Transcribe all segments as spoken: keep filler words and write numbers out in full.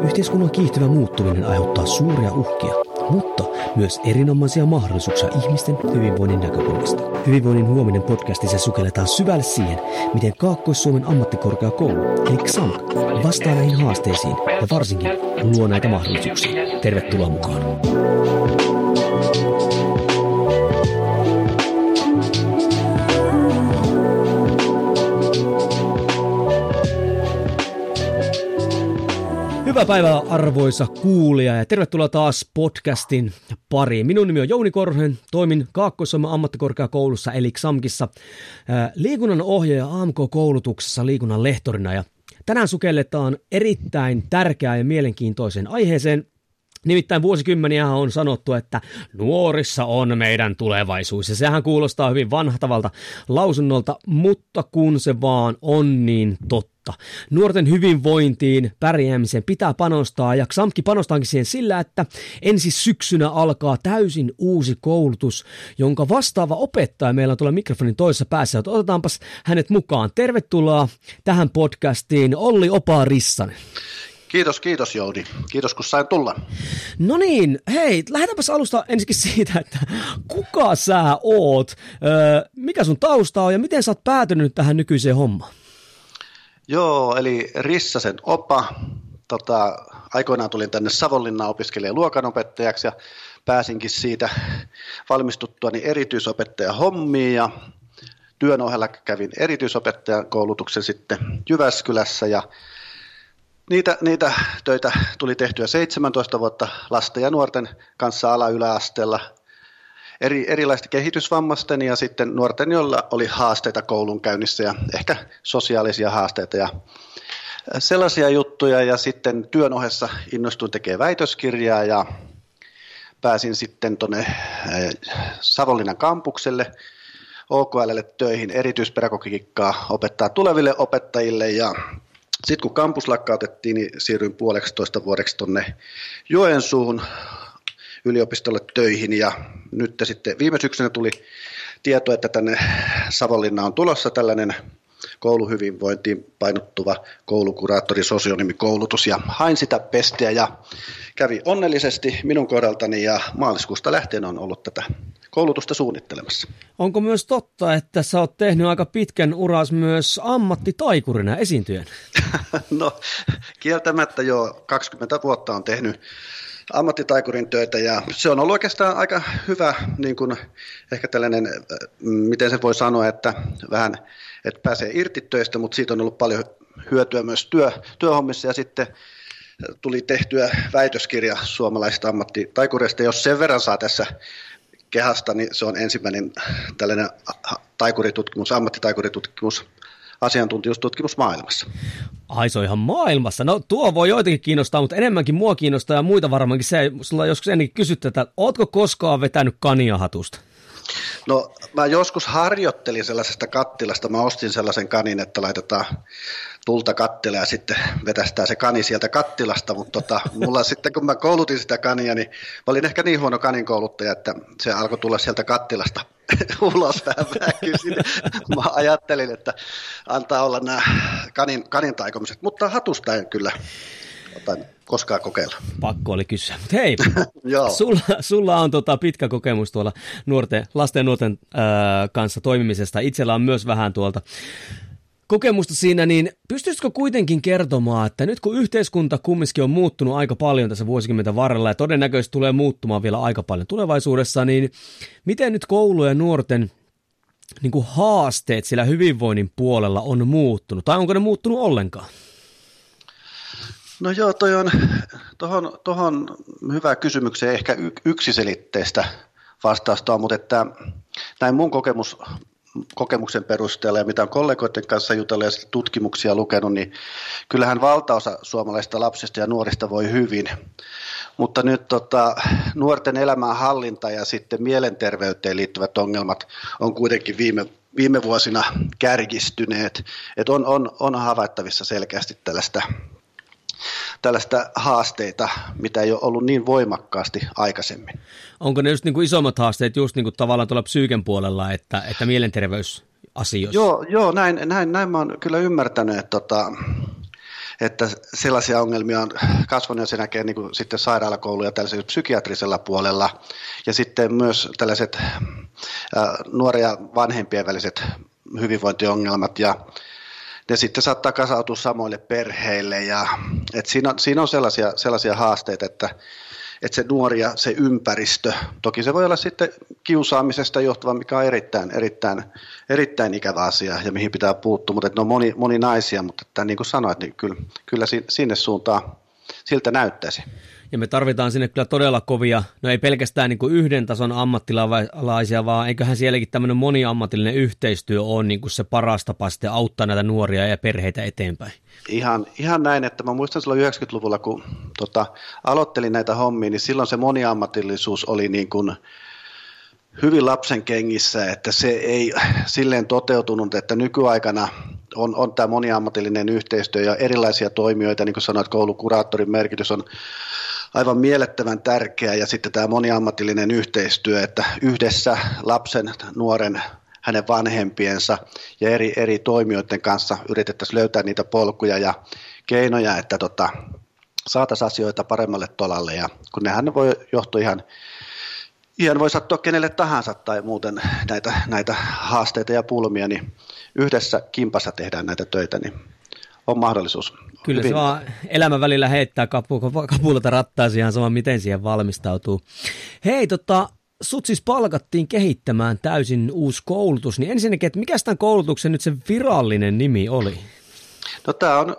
Yhteiskunnan kiihtyvä muuttuminen aiheuttaa suuria uhkia, mutta myös erinomaisia mahdollisuuksia ihmisten hyvinvoinnin näkökulmasta. Hyvinvoinnin huominen podcastissa sukelletaan syvälle siihen, miten Kaakkois-Suomen ammattikorkeakoulu, eli X A M K, vastaa näihin haasteisiin ja varsinkin luo näitä mahdollisuuksia. Tervetuloa mukaan! Hyvää päivää arvoisa kuulija ja tervetuloa taas podcastin pariin. Minun nimi on Jouni Korhonen, toimin Kaakkois-Suomen ammattikorkeakoulussa eli X A M Kissa liikunnan ohjaaja A M K-koulutuksessa liikunnan lehtorina. Ja tänään sukelletaan erittäin tärkeään ja mielenkiintoiseen aiheeseen. Nimittäin vuosikymmeniä on sanottu, että nuorissa on meidän tulevaisuus, ja sehän kuulostaa hyvin vanhatavalta lausunnolta, mutta kun se vaan on niin totta. Nuorten hyvinvointiin, pärjäämiseen pitää panostaa, ja X A M K panostaankin siihen sillä, että ensi syksynä alkaa täysin uusi koulutus, jonka vastaava opettaja meillä on tuolla mikrofonin toisessa päässä, joten otetaanpas hänet mukaan. Tervetuloa tähän podcastiin, Olli Opa-Rissanen. Kiitos, kiitos Jouni. Kiitos, kun sain tulla. No niin, hei, lähdetäänpäs alusta ensinnäkin siitä, että kuka sä oot, öö, mikä sun tausta on ja miten sä oot päätynyt tähän nykyiseen hommaan? Joo, eli Rissasen Opa. Tota, aikoinaan tulin tänne Savonlinnaan opiskelemaan luokanopettajaksi ja pääsinkin siitä valmistuttuani erityisopettajan hommiin ja työn ohella kävin erityisopettajan koulutuksen sitten Jyväskylässä ja Niitä, niitä töitä tuli tehtyä seitsemäntoista vuotta lasten ja nuorten kanssa ala-yläasteella, eri, erilaisten kehitysvammaisten ja sitten nuorten, joilla oli haasteita koulunkäynnissä ja ehkä sosiaalisia haasteita ja sellaisia juttuja. Ja sitten työn ohessa innostuin tekemään väitöskirjaa ja pääsin sitten tuonne Savonlinnan kampukselle O K L:lle töihin erityispedagogiikkaa opettaa tuleville opettajille ja sitten kun kampus lakkautettiin, niin siirryin puoleksitoista vuodeksi tuonne Joensuuhun yliopistolle töihin ja nyt sitten viime syksynä tuli tieto, että tänne Savonlinnaan on tulossa tällainen kouluhyvinvointiin painottuva koulukuraattori sosionomikoulutus ja hain sitä pestiä ja kävi onnellisesti minun kohdaltani ja maaliskuusta lähtien on ollut tätä koulutusta suunnittelemassa. Onko myös totta, että sä oot tehnyt aika pitkän uras myös ammattitaikurina esiintyjän? No kieltämättä jo kaksikymmentä vuotta on tehnyt ammattitaikurin töitä ja se on ollut oikeastaan aika hyvä, niin kuin ehkä tällainen, miten se voi sanoa, että vähän, että pääsee irti töistä, mutta siitä on ollut paljon hyötyä myös työ, työhommissa ja sitten tuli tehtyä väitöskirja suomalaisista ammattitaikureista, jos sen verran saa tässä kehasta, niin se on ensimmäinen tällainen taikuritutkimus, ammattitaikuritutkimus, asiantuntijustutkimus maailmassa. Ai se on ihan maailmassa. No tuo voi joitakin kiinnostaa, mutta enemmänkin mua kiinnostaa ja muita varmaankin se, sulla joskus ennenkin kysytty, että ootko koskaan vetänyt kania hatusta? No mä joskus harjoittelin sellaisesta kattilasta, mä ostin sellaisen kanin, että laitetaan tulta kattila ja sitten vetästään se kani sieltä kattilasta, mutta tota, mulla sitten kun mä koulutin sitä kania, niin mä olin ehkä niin huono kanin kouluttaja, että se alkoi tulla sieltä kattilasta ulos vähän väkysin. Mä ajattelin, että antaa olla nämä kanin, kanin taikomiset, mutta hatusta en kyllä otan koskaan kokeilla. Pakko oli kysyä. Mutta hei, sulla, sulla on tota pitkä kokemus tuolla nuorten, lasten ja nuorten ää, kanssa toimimisesta. Itsellä on myös vähän tuolta kokemusta siinä, niin pystyisikö kuitenkin kertomaan, että nyt kun yhteiskunta kumminkin on muuttunut aika paljon tässä vuosikymmenten varrella ja todennäköisesti tulee muuttumaan vielä aika paljon tulevaisuudessa, niin miten nyt koulu- ja nuorten niin kuin haasteet sillä hyvinvoinnin puolella on muuttunut, tai onko ne muuttunut ollenkaan? No joo, toi on tohon, tohon hyvä kysymykseen ehkä yksiselitteistä vastausta on, mutta että näin mun kokemus, kokemuksen perusteella ja mitä on kollegoiden kanssa jutellut ja tutkimuksia lukenut, niin kyllähän valtaosa suomalaisista lapsista ja nuorista voi hyvin, mutta nyt tota, nuorten elämän hallinta ja sitten mielenterveyteen liittyvät ongelmat on kuitenkin viime, viime vuosina kärjistyneet, että on, on, on havaittavissa selkeästi tällaista tällaista haasteita, mitä ei ole ollut niin voimakkaasti aikaisemmin. Onko ne just niin kuin isommat haasteet just niin kuin tavallaan tuolla psyyken puolella, että, että mielenterveysasioissa? Joo, joo näin, näin, näin mä oon kyllä ymmärtänyt, että, tota, että sellaisia ongelmia on kasvanut ja se näkee niin kuin sitten sairaalakouluja tällaisella psykiatrisella puolella ja sitten myös tällaiset ää, nuoria vanhempien väliset hyvinvointiongelmat ja ne sitten saattaa kasautua samoille perheille ja et siinä, on, siinä on sellaisia, sellaisia haasteita, että, että se nuori ja se ympäristö, toki se voi olla sitten kiusaamisesta johtuva, mikä on erittäin, erittäin, erittäin ikävä asia ja mihin pitää puuttua, mutta ne on moni, moninaisia, mutta että, niin kuin sanoit, niin kyllä, kyllä sinne suuntaan siltä näyttäisi. Ja me tarvitaan sinne kyllä todella kovia, no ei pelkästään niin kuin yhden tason ammattilaisia, vaan eiköhän sielläkin tämmöinen moniammatillinen yhteistyö ole niin kuin se paras tapa sitten auttaa näitä nuoria ja perheitä eteenpäin. Ihan, ihan näin, että mä muistan silloin yhdeksänkymmentäluvulla, kun tota, aloittelin näitä hommia, niin silloin se moniammatillisuus oli niin kuin hyvin lapsen kengissä, että se ei silleen toteutunut, että nykyaikana on, on tämä moniammatillinen yhteistyö ja erilaisia toimijoita, niin kuin sanoit, koulukuraattorin merkitys on aivan mielettömän tärkeä ja sitten tämä moniammatillinen yhteistyö, että yhdessä lapsen, nuoren, hänen vanhempiensa ja eri, eri toimijoiden kanssa yritettäisiin löytää niitä polkuja ja keinoja, että tota, saataisiin asioita paremmalle tolalle ja kun nehän voi johtua ihan Ihan voi sattua kenelle tahansa tai muuten näitä, näitä haasteita ja pulmia, niin yhdessä kimpassa tehdään näitä töitä, niin on mahdollisuus. Kyllä hyvin. Se vaan elämän välillä heittää kapu- kapulata rattaisiin ihan sama, miten siihen valmistautuu. Hei, tota, sut siis palkattiin kehittämään täysin uusi koulutus, niin ensinnäkin, että mikä tämän koulutuksen nyt se virallinen nimi oli? No tämä on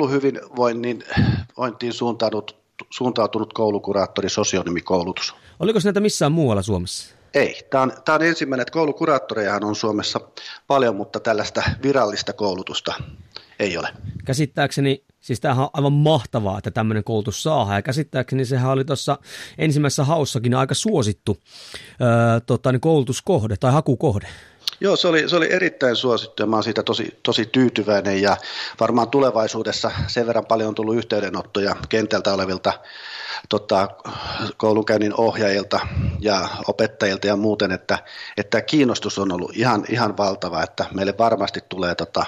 kouluhyvinvointiin suuntautunut, suuntautunut koulukuraattori sosionomikoulutus. Oliko se näitä missään muualla Suomessa? Ei. Tämä on, tämä on ensimmäinen, että koulukuraattorejahan on Suomessa paljon, mutta tällaista virallista koulutusta ei ole. Käsittääkseni, siis tämähän on aivan mahtavaa, että tämmöinen koulutus saadaan, ja käsittääkseni sehän oli tuossa ensimmäisessä haussakin aika suosittu öö, tota, niin koulutuskohde tai hakukohde. Joo, se oli, se oli erittäin suosittu ja mä oon siitä tosi, tosi tyytyväinen ja varmaan tulevaisuudessa sen verran paljon on tullut yhteydenottoja kentältä olevilta tota, koulunkäynnin ohjaajilta ja opettajilta ja muuten, että, että kiinnostus on ollut ihan, ihan valtava, että meille varmasti tulee, tota,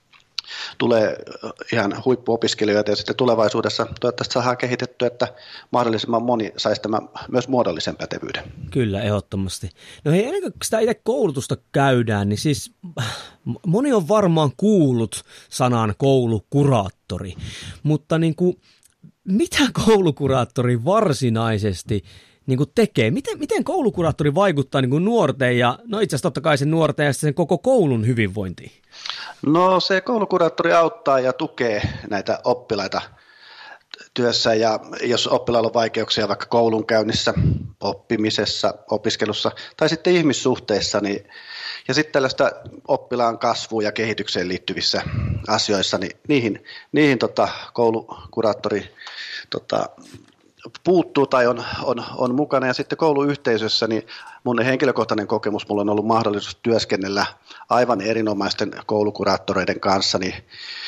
tulee ihan huippuopiskelijoita ja sitten tulevaisuudessa toivottavasti saadaan kehitettyä, että mahdollisimman moni saisi tämän myös muodollisen pätevyyden. Kyllä, ehdottomasti. No hei, ennen kuin sitä itse koulutusta käydään, niin siis moni on varmaan kuullut sanan koulukuraattori, mutta niin kuin, mitä koulukuraattori varsinaisesti niin kuin tekee? Miten, miten koulukuraattori vaikuttaa niin kuin nuorten ja, no itse asiassa totta kai sen nuorten ja sen koko koulun hyvinvointiin? No se koulukuraattori auttaa ja tukee näitä oppilaita työssä ja jos oppilailla on vaikeuksia vaikka koulunkäynnissä, oppimisessa, opiskelussa tai sitten ihmissuhteissa, niin ja sitten tällaista oppilaan kasvuun ja kehitykseen liittyvissä asioissa, niin niihin, niihin tota, koulukuraattori tota, puuttuu tai on, on, on mukana. Ja sitten kouluyhteisössä, niin mun henkilökohtainen kokemus, mulla on ollut mahdollisuus työskennellä aivan erinomaisten koulukuraattoreiden kanssa, niin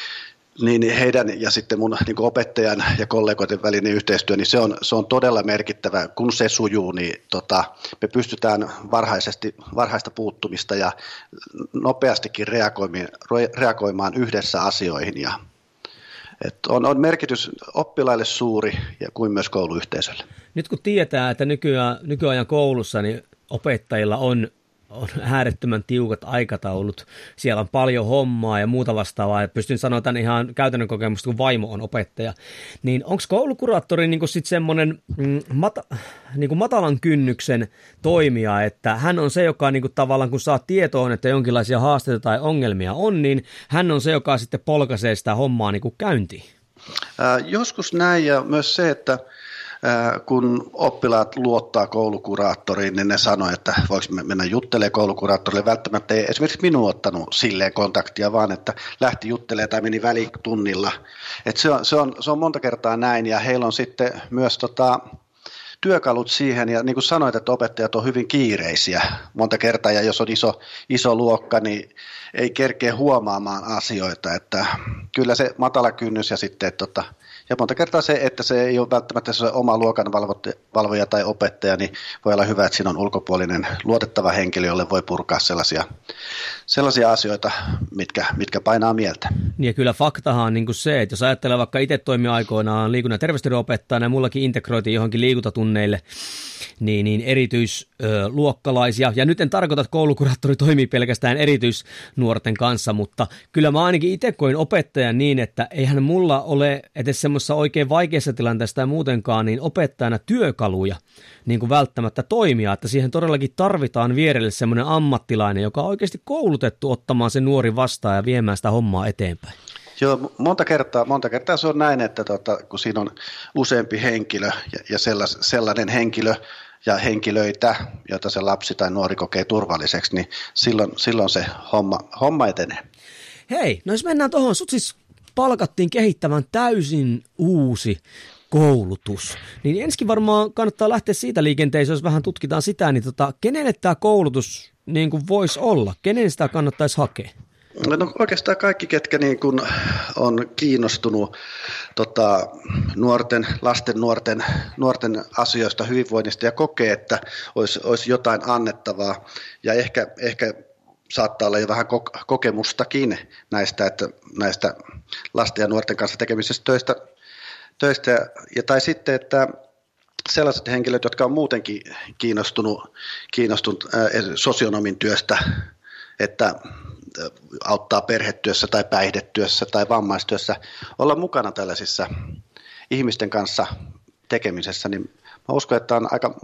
niin heidän ja sitten mun niin kuin opettajan ja kollegoiden välinen yhteistyö, niin se on, se on todella merkittävä. Kun se sujuu, niin tota, me pystytään varhaisesti, varhaista puuttumista ja nopeastikin reagoimaan, reagoimaan yhdessä asioihin. Ja, et on, on merkitys oppilaille suuri ja kuin myös kouluyhteisölle. Nyt kun tietää, että nykyään, nykyajan koulussa niin opettajilla on on äärettömän tiukat aikataulut, siellä on paljon hommaa ja muuta vastaavaa, ja pystyn sanoa tämän ihan käytännön kokemusta, kun vaimo on opettaja, niin onko koulukuraattori niin sitten semmoinen mm, mata, niin matalan kynnyksen toimija, että hän on se, joka niin kuin tavallaan kun saa tietoon, että jonkinlaisia haasteita tai ongelmia on, niin hän on se, joka sitten polkaisee sitä hommaa niin kuin käyntiin? Äh, joskus näin, ja myös se, että kun oppilaat luottaa koulukuraattoriin, niin ne sanoo, että voiko mennä juttelemaan koulukuraattorille. Välttämättä ei esimerkiksi minun ottanut silleen kontaktia, vaan että lähti juttelemaan tai meni välitunnilla. Et se, on, se, on, se on monta kertaa näin, ja heillä on sitten myös tota, työkalut siihen, ja niin kuin sanoit, että opettajat on hyvin kiireisiä monta kertaa, ja jos on iso, iso luokka, niin ei kerkeä huomaamaan asioita, että kyllä se matala kynnys ja sitten, että tota, Ja monta kertaa se, että se ei ole välttämättä se oma luokanvalvoja tai opettaja, niin voi olla hyvä, että siinä on ulkopuolinen luotettava henkilö, jolle voi purkaa sellaisia, sellaisia asioita, mitkä, mitkä painaa mieltä. Niin ja kyllä faktahan on niin kuin se, että jos ajattelee vaikka itse toimia aikoinaan liikunnan ja terveystiedon opettajana ja mullakin integroitiin johonkin liikuntatunneille, niin, niin erityisluokkalaisia, ja nyt en tarkoita, että koulukuraattori toimii pelkästään erityisnuorten kanssa, mutta kyllä mä ainakin itse koin opettajan niin, että eihän mulla ole edes semmoisessa oikein vaikeassa tilanteessa tai muutenkaan niin opettajana työkaluja niin kuin välttämättä toimia, että siihen todellakin tarvitaan vierelle semmoinen ammattilainen, joka on oikeasti koulutettu ottamaan se nuori vastaan ja viemään sitä hommaa eteenpäin. Joo, monta kertaa, monta kertaa se on näin, että tota, kun siinä on useampi henkilö ja, ja sellais, sellainen henkilö ja henkilöitä, joita se lapsi tai nuori kokee turvalliseksi, niin silloin, silloin se homma, homma etenee. Hei, no jos mennään tuohon, sut siis palkattiin kehittämään täysin uusi koulutus, niin ensin varmaan kannattaa lähteä siitä liikenteeseen, jos vähän tutkitaan sitä, niin tota, kenelle tämä koulutus niin kuin voisi olla, kenen sitä kannattaisi hakea? No oikeastaan kaikki, ketkä niin kuin on kiinnostunut tota, nuorten, lasten, nuorten, nuorten asioista, hyvinvoinnista ja kokee, että olisi, olisi jotain annettavaa ja ehkä, ehkä saattaa olla jo vähän kokemustakin näistä, että näistä lasten ja nuorten kanssa tekemisestä töistä, töistä ja, ja tai sitten, että sellaiset henkilöt, jotka on muutenkin kiinnostunut, kiinnostunut ää, sosionomin työstä, että auttaa perhetyössä tai päihdetyössä tai vammaistyössä, olla mukana tällaisissa ihmisten kanssa tekemisessä, niin mä uskon, että on aika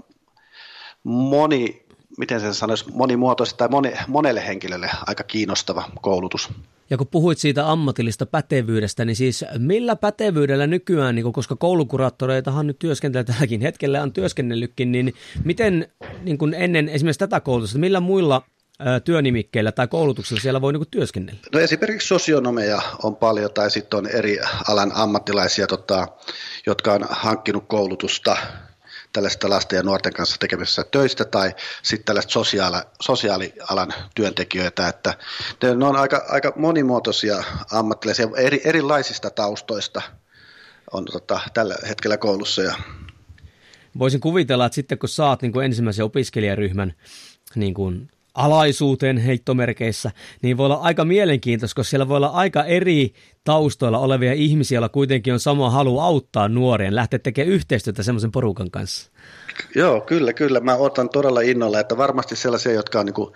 moni, miten sen sanoisi, monimuotoista tai moni, monelle henkilölle aika kiinnostava koulutus. Ja kun puhuit siitä ammatillista pätevyydestä, niin siis millä pätevyydellä nykyään, niin koska koulukuraattoreitahan nyt työskentelee tälläkin hetkellä on työskennellytkin, niin miten niin kuin ennen esimerkiksi tätä koulutusta, millä muilla työnimikkeillä tai koulutuksella siellä voi niin työskennellä? No esimerkiksi sosionomeja on paljon tai sitten on eri alan ammattilaisia, tota, jotka on hankkinut koulutusta tällaista lasten ja nuorten kanssa tekemisessä töistä tai sitten tällaista sosiaali, sosiaalialan työntekijöitä, että ne on aika, aika monimuotoisia ammattilaisia eri, erilaisista taustoista on tota, tällä hetkellä koulussa. Ja voisin kuvitella, että sitten kun saat niin kuin ensimmäisen opiskelijaryhmän niin kuin alaisuuteen heittomerkeissä, niin voi olla aika mielenkiintoista, koska siellä voi olla aika eri taustoilla olevia ihmisiä, joilla kuitenkin on sama halu auttaa nuorien, lähteä tekemään yhteistyötä semmoisen porukan kanssa. Joo, kyllä, kyllä. Mä otan todella innolla, että varmasti sellaisia, jotka on niin kuin,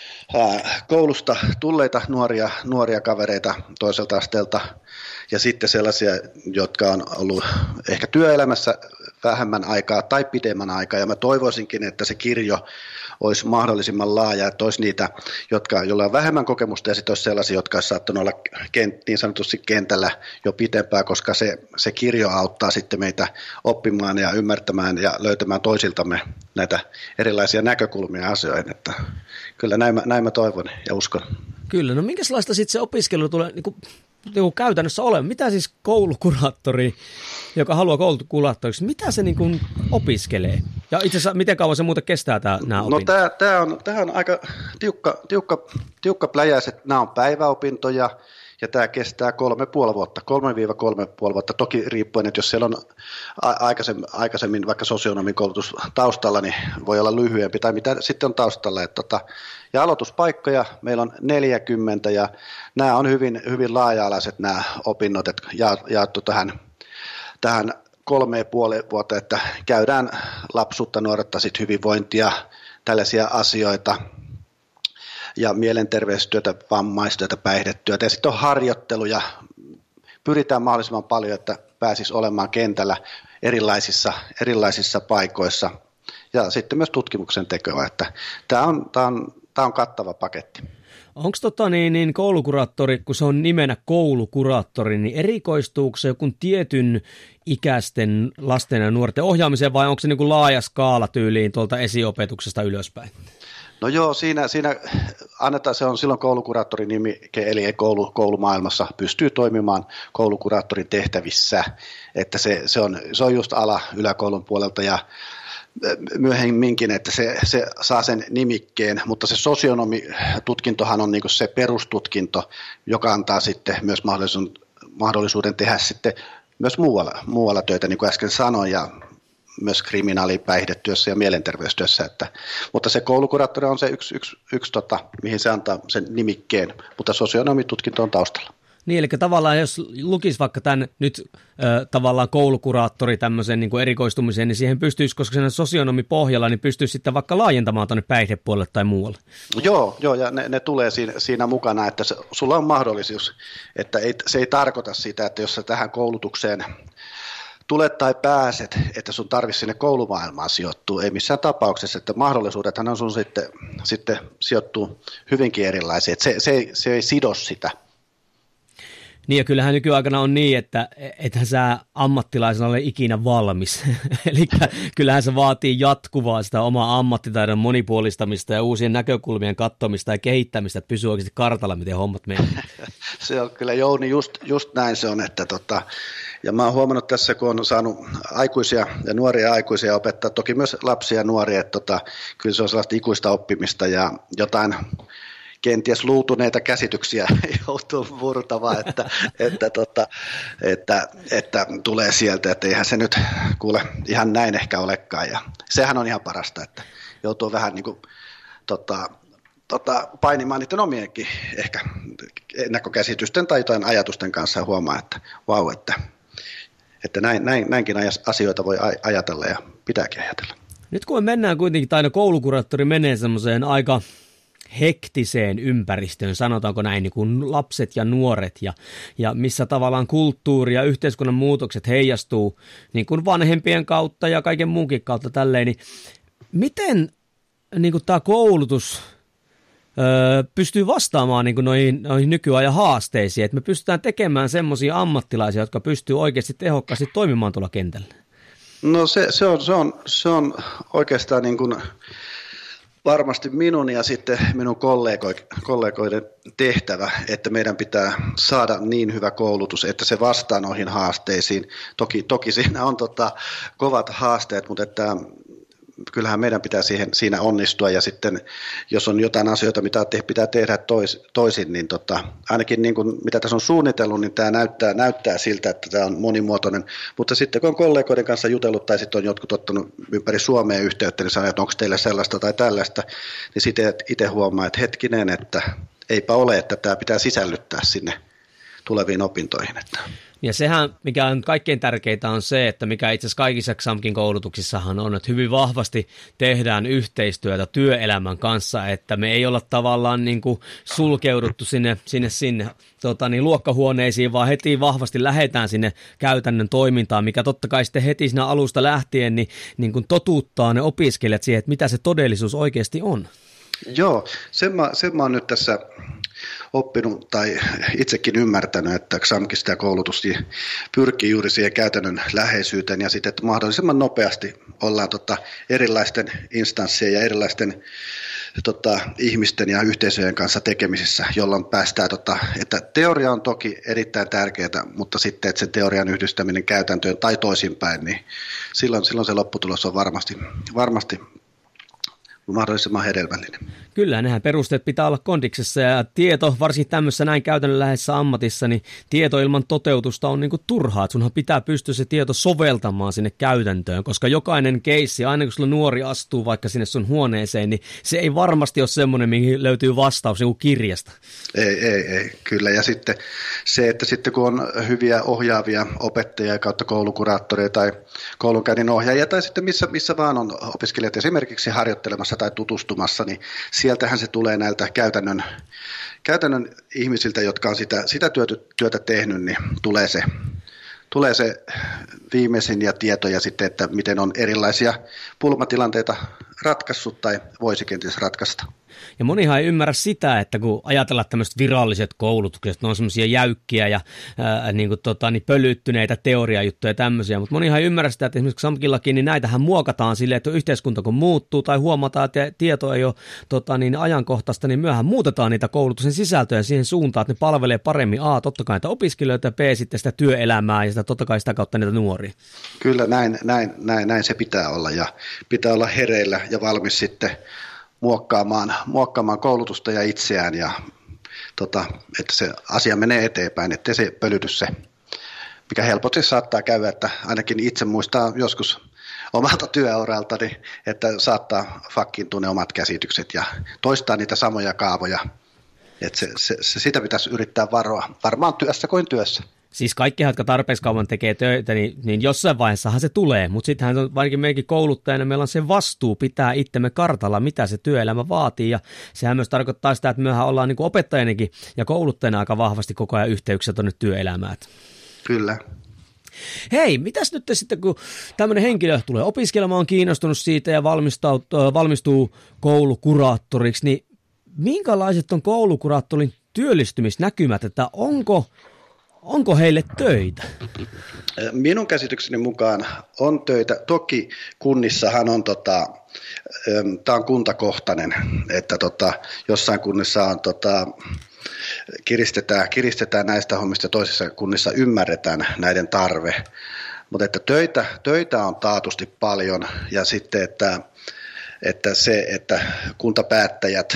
ää, koulusta tulleita nuoria, nuoria kavereita toiselta asteelta, ja sitten sellaisia, jotka on ollut ehkä työelämässä vähemmän aikaa tai pidemmän aikaa, ja mä toivoisinkin, että se kirjo olisi mahdollisimman laaja, että olisi niitä, jotka, joilla on vähemmän kokemusta, ja sitten olisi sellaisia, jotka olisi saattanut olla kent, niin sanotusti kentällä jo pitempään, koska se, se kirjo auttaa sitten meitä oppimaan ja ymmärtämään ja löytämään toisiltamme näitä erilaisia näkökulmia asioihin, että kyllä näin mä, näin mä toivon ja uskon. Kyllä, no minkälaista sitten se opiskelu tulee niin kuin, niin kuin käytännössä olemaan? Mitä siis koulukuraattori, joka haluaa koulukuraattoriksi, mitä se niin kuin opiskelee? Ja itse asiassa, miten kauan se muuten kestää tämä, nämä opinnot? No tämä, tämä, on, tämä on aika tiukka, tiukka, tiukka pläjäs, että nämä on päiväopintoja ja tämä kestää kolme puoli vuotta, kolme viiva kolme puoli vuotta. Toki riippuen, että jos siellä on aikaisemmin, aikaisemmin vaikka sosionomin koulutus taustalla, niin voi olla lyhyempi tai mitä sitten on taustalla. Että tota, ja aloituspaikkoja meillä on neljäkymmentä ja nämä on hyvin, hyvin laaja-alaiset nämä opinnot, että jaettu tähän, tähän kolme ja puoli vuotta, että käydään lapsuutta, nuoretta, sit hyvinvointia, tällaisia asioita ja mielenterveystyötä, vammaistyötä, päihdetyötä ja sitten on harjoitteluja. Pyritään mahdollisimman paljon, että pääsisi olemaan kentällä erilaisissa, erilaisissa paikoissa ja sitten myös tutkimuksen tekoa, että tämä on, tämä on, tämä on kattava paketti. Onko tota niin, niin koulukuraattori, kun se on nimenä koulukuraattori, niin erikoistuuko se joku tietyn ikäisten lasten ja nuorten ohjaamiseen vai onko se niin kuin laaja skaala tyyliin tuolta esiopetuksesta ylöspäin? No joo, siinä, siinä annetaan, se on silloin koulukuraattorin nimike, eli koulu, koulumaailmassa pystyy toimimaan koulukuraattorin tehtävissä, että se, se, on, se on just ala yläkoulun puolelta ja myöhemminkin, että se, se saa sen nimikkeen, mutta se sosionomitutkintohan on niin kuin se perustutkinto, joka antaa sitten myös mahdollisuuden, mahdollisuuden tehdä sitten myös muualla, muualla töitä, niin kuin äsken sanoin, ja myös kriminaalipäihdetyössä ja mielenterveystyössä, että, mutta se koulukuraattori on se yksi, yksi, yksi tota, mihin se antaa sen nimikkeen, mutta sosionomitutkinto on taustalla. Niin, eli tavallaan jos lukisi vaikka tämän nyt äh, tavallaan koulukuraattori tämmöisen niin kuin erikoistumiseen, niin siihen pystyisi, koska sen sosionomi pohjalla, niin pystyisi sitten vaikka laajentamaan tuonne päihdepuolelle tai muualle. Joo, joo ja ne, ne tulee siinä, siinä mukana, että se, sulla on mahdollisuus, että ei, se ei tarkoita sitä, että jos sä tähän koulutukseen tulet tai pääset, että sun tarvitsisi sinne koulumaailmaan sijoittua, ei missään tapauksessa, että mahdollisuudethan on sun sitten, sitten sijoittuu hyvinkin erilaisia, että se, se, ei, se ei sido sitä. Niin ja kyllähän nykyaikana on niin, että ethän sä ammattilaisena ole ikinä valmis. Eli kyllähän se vaatii jatkuvaa sitä omaa ammattitaidon monipuolistamista ja uusien näkökulmien katsomista ja kehittämistä, että pysyy oikeasti kartalla, miten hommat menee. Se on kyllä, Jouni, just, just näin se on, että tota, ja mä oon huomannut tässä, kun on saanut aikuisia ja nuoria aikuisia opettaa, toki myös lapsia ja nuoria, että tota, kyllä se on sellaista ikuista oppimista ja jotain kenties luutuneita käsityksiä joutuu murtamaan, että, että, tota, että, että tulee sieltä, että eihän se nyt kuule ihan näin ehkä olekaan. Ja sehän on ihan parasta, että joutuu vähän niin kuin, tota, tota, painimaan niiden omienkin ehkä ennakkokäsitysten tai jotain ajatusten kanssa ja huomaa, että vau, wow, että, että näin, näin, näinkin asioita voi ajatella ja pitääkin ajatella. Nyt kun me mennään kuitenkin, tai aina koulukuraattori menee semmoiseen aika hektiseen ympäristöön, sanotaanko näin, niin kuin lapset ja nuoret ja, ja missä tavallaan kulttuuri ja yhteiskunnan muutokset heijastuu niin kuin vanhempien kautta ja kaiken muunkin kautta tälleen, niin miten niin kuin tämä koulutus öö, pystyy vastaamaan niin kuin noihin, noihin nykyajan haasteisiin, että me pystytään tekemään semmoisia ammattilaisia, jotka pystyy oikeasti tehokkaasti toimimaan tuolla kentällä? No se, se, on, se, on, se on oikeastaan niin kuin varmasti minun ja sitten minun kollegoiden tehtävä, että meidän pitää saada niin hyvä koulutus, että se vastaa noihin haasteisiin. Toki, toki siinä on tota, kovat haasteet, mutta että kyllähän meidän pitää siihen, siinä onnistua ja sitten jos on jotain asioita, mitä te, pitää tehdä tois, toisin, niin tota, ainakin niin kuin, mitä tässä on suunnitellut, niin tämä näyttää, näyttää siltä, että tämä on monimuotoinen, mutta sitten kun on kollegoiden kanssa jutellut tai sitten on jotkut ottanut ympäri Suomea yhteyttä, niin sanoo, että onko teillä sellaista tai tällaista, niin sitten itse huomaa, että hetkinen, että eipä ole, että tämä pitää sisällyttää sinne tuleviin opintoihin. Että. Ja sehän, mikä on kaikkein tärkeintä, on se, että mikä itse asiassa kaikissa X A M K:n koulutuksissahan on, että hyvin vahvasti tehdään yhteistyötä työelämän kanssa, että me ei olla tavallaan niin kuin sulkeuduttu sinne, sinne, sinne tota niin, luokkahuoneisiin, vaan heti vahvasti lähdetään sinne käytännön toimintaan, mikä totta kai sitten heti siinä alusta lähtien niin, niin kuin totuttaa ne opiskelijat siihen, että mitä se todellisuus oikeasti on. Joo, sen mä, sen mä oon nyt tässä oppinut tai itsekin ymmärtänyt, että X A M K sitä koulutus pyrkii juuri siihen käytännön läheisyyteen ja sitten, että mahdollisimman nopeasti ollaan tota erilaisten instanssien ja erilaisten tota, ihmisten ja yhteisöjen kanssa tekemisissä, jolloin päästään, tota, että teoria on toki erittäin tärkeää, mutta sitten, että sen teorian yhdistäminen käytäntöön tai toisinpäin, niin silloin, silloin se lopputulos on varmasti, varmasti mahdollisimman hedelmällinen. Kyllä, nehän perusteet pitää olla kondiksessa ja tieto, varsinkin tämmöisessä näin käytännönläheisessä ammatissa, niin tieto ilman toteutusta on niin kuin turhaa. Et sunhan pitää pystyä se tieto soveltamaan sinne käytäntöön, koska jokainen keissi, aina kun sulla nuori astuu vaikka sinne sun huoneeseen, niin se ei varmasti ole semmoinen, mihin löytyy vastaus joku kirjasta. Ei, ei, ei, kyllä. Ja sitten se, että sitten kun on hyviä ohjaavia opettajia kautta koulukuraattoreja tai koulunkäynnin ohjaajia tai sitten missä, missä vaan on opiskelijat esimerkiksi harjoittelemassa tai tutustumassa, niin sieltähän se tulee näiltä käytännön, käytännön ihmisiltä, jotka on sitä, sitä työtä, työtä tehnyt, niin tulee se, tulee se viimeisin ja tietoja sitten, että miten on erilaisia pulmatilanteita ratkaissut tai voisi kenties ratkaista. Ja monihan ei ymmärrä sitä, että kun ajatellaan tämmöiset viralliset koulutukset, ne on semmoisia jäykkiä ja ää, niin kuin, tota, niin pölyttyneitä teoriajuttuja ja tämmöisiä, mutta monihan ei ymmärrä sitä, että esimerkiksi X A M Killakin, niin näitähän muokataan silleen, että yhteiskunta kun muuttuu tai huomataan, että tieto ei ole tota, niin ajankohtaista, niin myöhän muutetaan niitä koulutuksen sisältöjä siihen suuntaan, että ne palvelee paremmin A, totta kai niitä opiskelijoita ja B, sitten sitä työelämää ja sitä, totta kai sitä kautta niitä nuoria. Kyllä näin, näin, näin, näin se pitää olla ja pitää olla hereillä ja valmis sitten muokkaamaan, muokkaamaan koulutusta ja itseään ja tota, että se asia menee eteenpäin, ettei se pölyty se mikä helposti saattaa käydä, että ainakin itse muistaa joskus omalta työuraltani, että saattaa fakkiintua ne omat käsitykset ja toistaa niitä samoja kaavoja. Että se, se, se, sitä pitäisi yrittää varoa, varmaan työssä kuin työssä. Siis kaikki, jotka tarpeeksi kauan tekee töitä, niin, niin jossain vaiheessahan se tulee, mutta sittenhän on vaikin meidänkin kouluttajana, meillä on se vastuu pitää itsemme kartalla, mitä se työelämä vaatii, ja sehän myös tarkoittaa sitä, että mehän ollaan niin kuin opettajanakin ja kouluttajana aika vahvasti koko ajan yhteyksissä tuonne työelämään. Kyllä. Hei, mitäs nyt sitten, kun tämmöinen henkilö tulee opiskelemaan, on kiinnostunut siitä ja valmistuu, valmistuu koulukuraattoriksi, niin minkälaiset on koulukuraattorin työllistymisnäkymät, että onko, onko heille töitä? Minun käsitykseni mukaan on töitä. Toki kunnissahan on, tota, tämä on kuntakohtainen, että tota, jossain kunnissa on, tota, kiristetään, kiristetään näistä hommista ja toisissa kunnissa ymmärretään näiden tarve. Mutta että töitä, töitä on taatusti paljon ja sitten, että, että se, että kuntapäättäjät,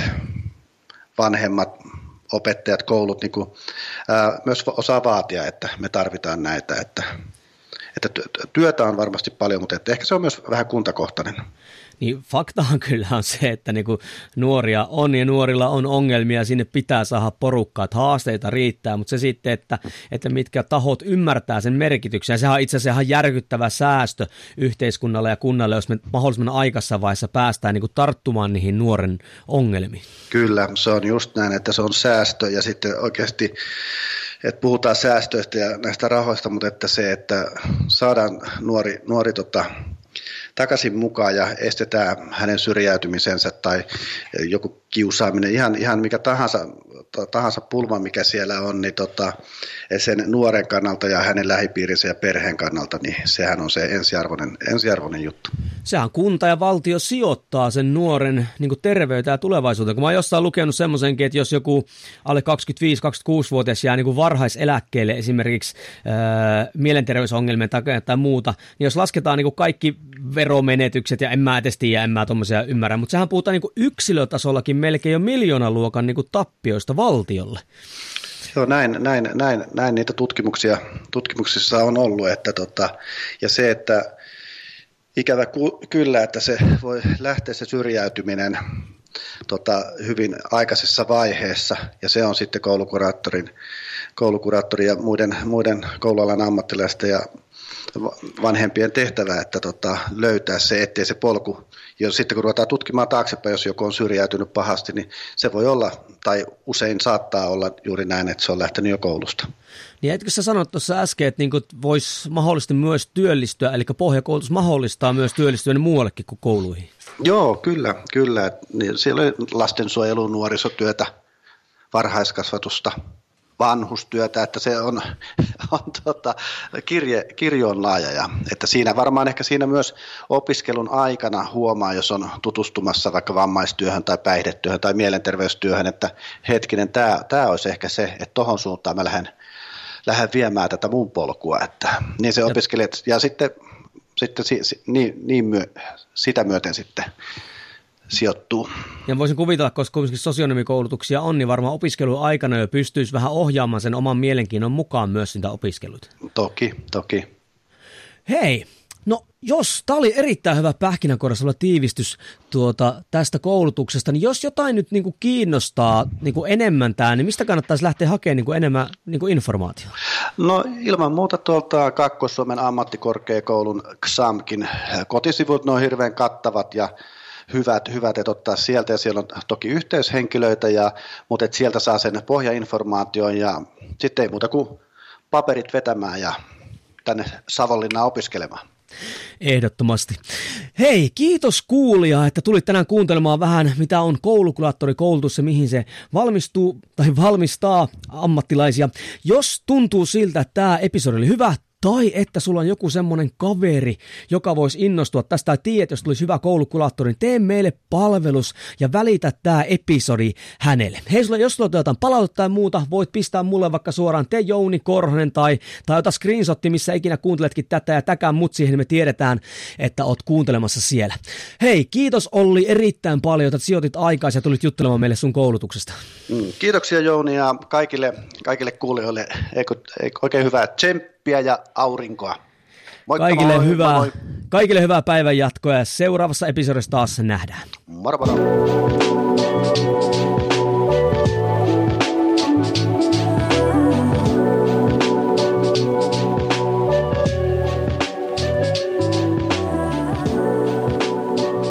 vanhemmat, opettajat, koulut niin kuin, ää, myös osaa vaatia, että me tarvitaan näitä, että, että työtä on varmasti paljon, mutta että ehkä se on myös vähän kuntakohtainen. Niin faktahan kyllä on se, että niinku nuoria on ja nuorilla on ongelmia, sinne pitää saada porukkaa, että haasteita riittää, mutta se sitten, että, että mitkä tahot ymmärtää sen merkityksen, ja sehän on itse asiassa ihan järkyttävä säästö yhteiskunnalle ja kunnalle, jos me mahdollisimman aikaisessa vaiheessa päästään niinku tarttumaan niihin nuoren ongelmiin. Kyllä, se on just näin, että se on säästö ja sitten oikeasti, että puhutaan säästöistä ja näistä rahoista, mutta että se, että saadaan nuori, nuori tota, takaisin mukaan ja estetään hänen syrjäytymisensä tai joku kiusaaminen, ihan, ihan mikä tahansa, tahansa pulma, mikä siellä on, niin tota, sen nuoren kannalta ja hänen lähipiirinsä ja perheen kannalta, niin sehän on se ensiarvoinen, ensiarvoinen juttu. Sehän kunta ja valtio sijoittaa sen nuoren niin kuin terveyteen ja tulevaisuuteen. Kun mä oon jossain lukenut semmoisenkin, että jos joku alle kaksikymmentäviisi kaksikymmentäkuusi-vuotias jää niin kuin varhaiseläkkeelle esimerkiksi ää, mielenterveysongelmia tai, tai muuta, niin jos lasketaan niin kuin kaikki veromenetykset, ja en mä edes tiedä, en mä tommosia ymmärrä, mutta sehän puhutaan niin kuin yksilötasollakin melkein jo miljoonaluokan niin kuin tappioista valtiolle. Joo, näin, näin, näin, näin niitä tutkimuksia, tutkimuksissa on ollut, että tota, ja se, että ikävä ku, kyllä, että se voi lähteä se syrjäytyminen tota, hyvin aikaisessa vaiheessa, ja se on sitten koulukuraattorin, koulukuraattorin ja muiden, muiden koulualan ammattilaisten ja vanhempien tehtävä, että tota, löytää se, ettei se polku, ja sitten kun ruvetaan tutkimaan taaksepäin, jos joku on syrjäytynyt pahasti, niin se voi olla, tai usein saattaa olla juuri näin, että se on lähtenyt jo koulusta. Niin etkö sä sanoit tuossa äsken, että niinku voisi mahdollisesti myös työllistyä, eli pohjakoulutus mahdollistaa myös työllistyä muuallekin kuin kouluihin? Joo, kyllä, kyllä. Niin siellä on lastensuojelu, nuorisotyötä, varhaiskasvatusta, vanhustyötä, että se on, on tota, kirje, kirjo on laaja, ja että siinä varmaan ehkä siinä myös opiskelun aikana huomaa, jos on tutustumassa vaikka vammaistyöhön tai päihdetyöhön tai mielenterveystyöhön, että hetkinen, tämä, tämä olisi ehkä se, että tohon suuntaan mä lähden, lähden viemään tätä mun polkua, että niin se opiskelijat, ja sitten, sitten niin, niin myö, sitä myöten sitten sijoittuu. Ja voisin kuvitella, koska kuitenkin sosionomikoulutuksia on, niin varmaan opiskeluaikana jo pystyisi vähän ohjaamaan sen oman mielenkiinnon mukaan myös niitä opiskeluita. Toki, toki. Hei, no jos tämä oli erittäin hyvä pähkinänkuoressa tiivistys tuota, tästä koulutuksesta, niin jos jotain nyt niin kuin kiinnostaa niin kuin enemmän tämä, niin mistä kannattaisi lähteä hakemaan niin kuin enemmän niin kuin informaatiota? No ilman muuta tuolta Kaakkois-Suomen ammattikorkeakoulun X A M:kin kotisivut, ne on hirveän kattavat ja hyvät, hyvät, että ottaa sieltä, ja siellä on toki yhteyshenkilöitä, ja, mutta et sieltä saa sen pohjainformaation, ja sitten ei muuta kuin paperit vetämään ja tänne Savonlinnaan opiskelemaan. Ehdottomasti. Hei, kiitos kuulija, että tulit tänään kuuntelemaan vähän, mitä on koulukuraattorikoulutus ja mihin se valmistuu tai valmistaa ammattilaisia. Jos tuntuu siltä, että tämä episodi oli hyvä, tai että sulla on joku semmoinen kaveri, joka voisi innostua tästä, tai tiedät, jos tulisi hyvä koulukuraattori, niin tee meille palvelus ja välitä tämä episodi hänelle. Hei, sulla, jos sulla on jotain palautetta tai muuta, voit pistää mulle vaikka suoraan te Jouni Korhonen tai, tai ota screenshotti, missä ikinä kuunteletkin tätä ja täkää mut siihen, niin me tiedetään, että oot kuuntelemassa siellä. Hei, kiitos Olli erittäin paljon, että sijoitit aikaa ja tulit juttelemaan meille sun koulutuksesta. Mm, kiitoksia Jouni ja kaikille, kaikille kuulijoille oikein hyvää tsemppiä. tsemppiä ja aurinkoa. Moikka Kaikille, moi, hyvää, moi, moi. kaikille hyvää päivän jatkoa ja seuraavassa episodissa taas nähdään. Moro moro.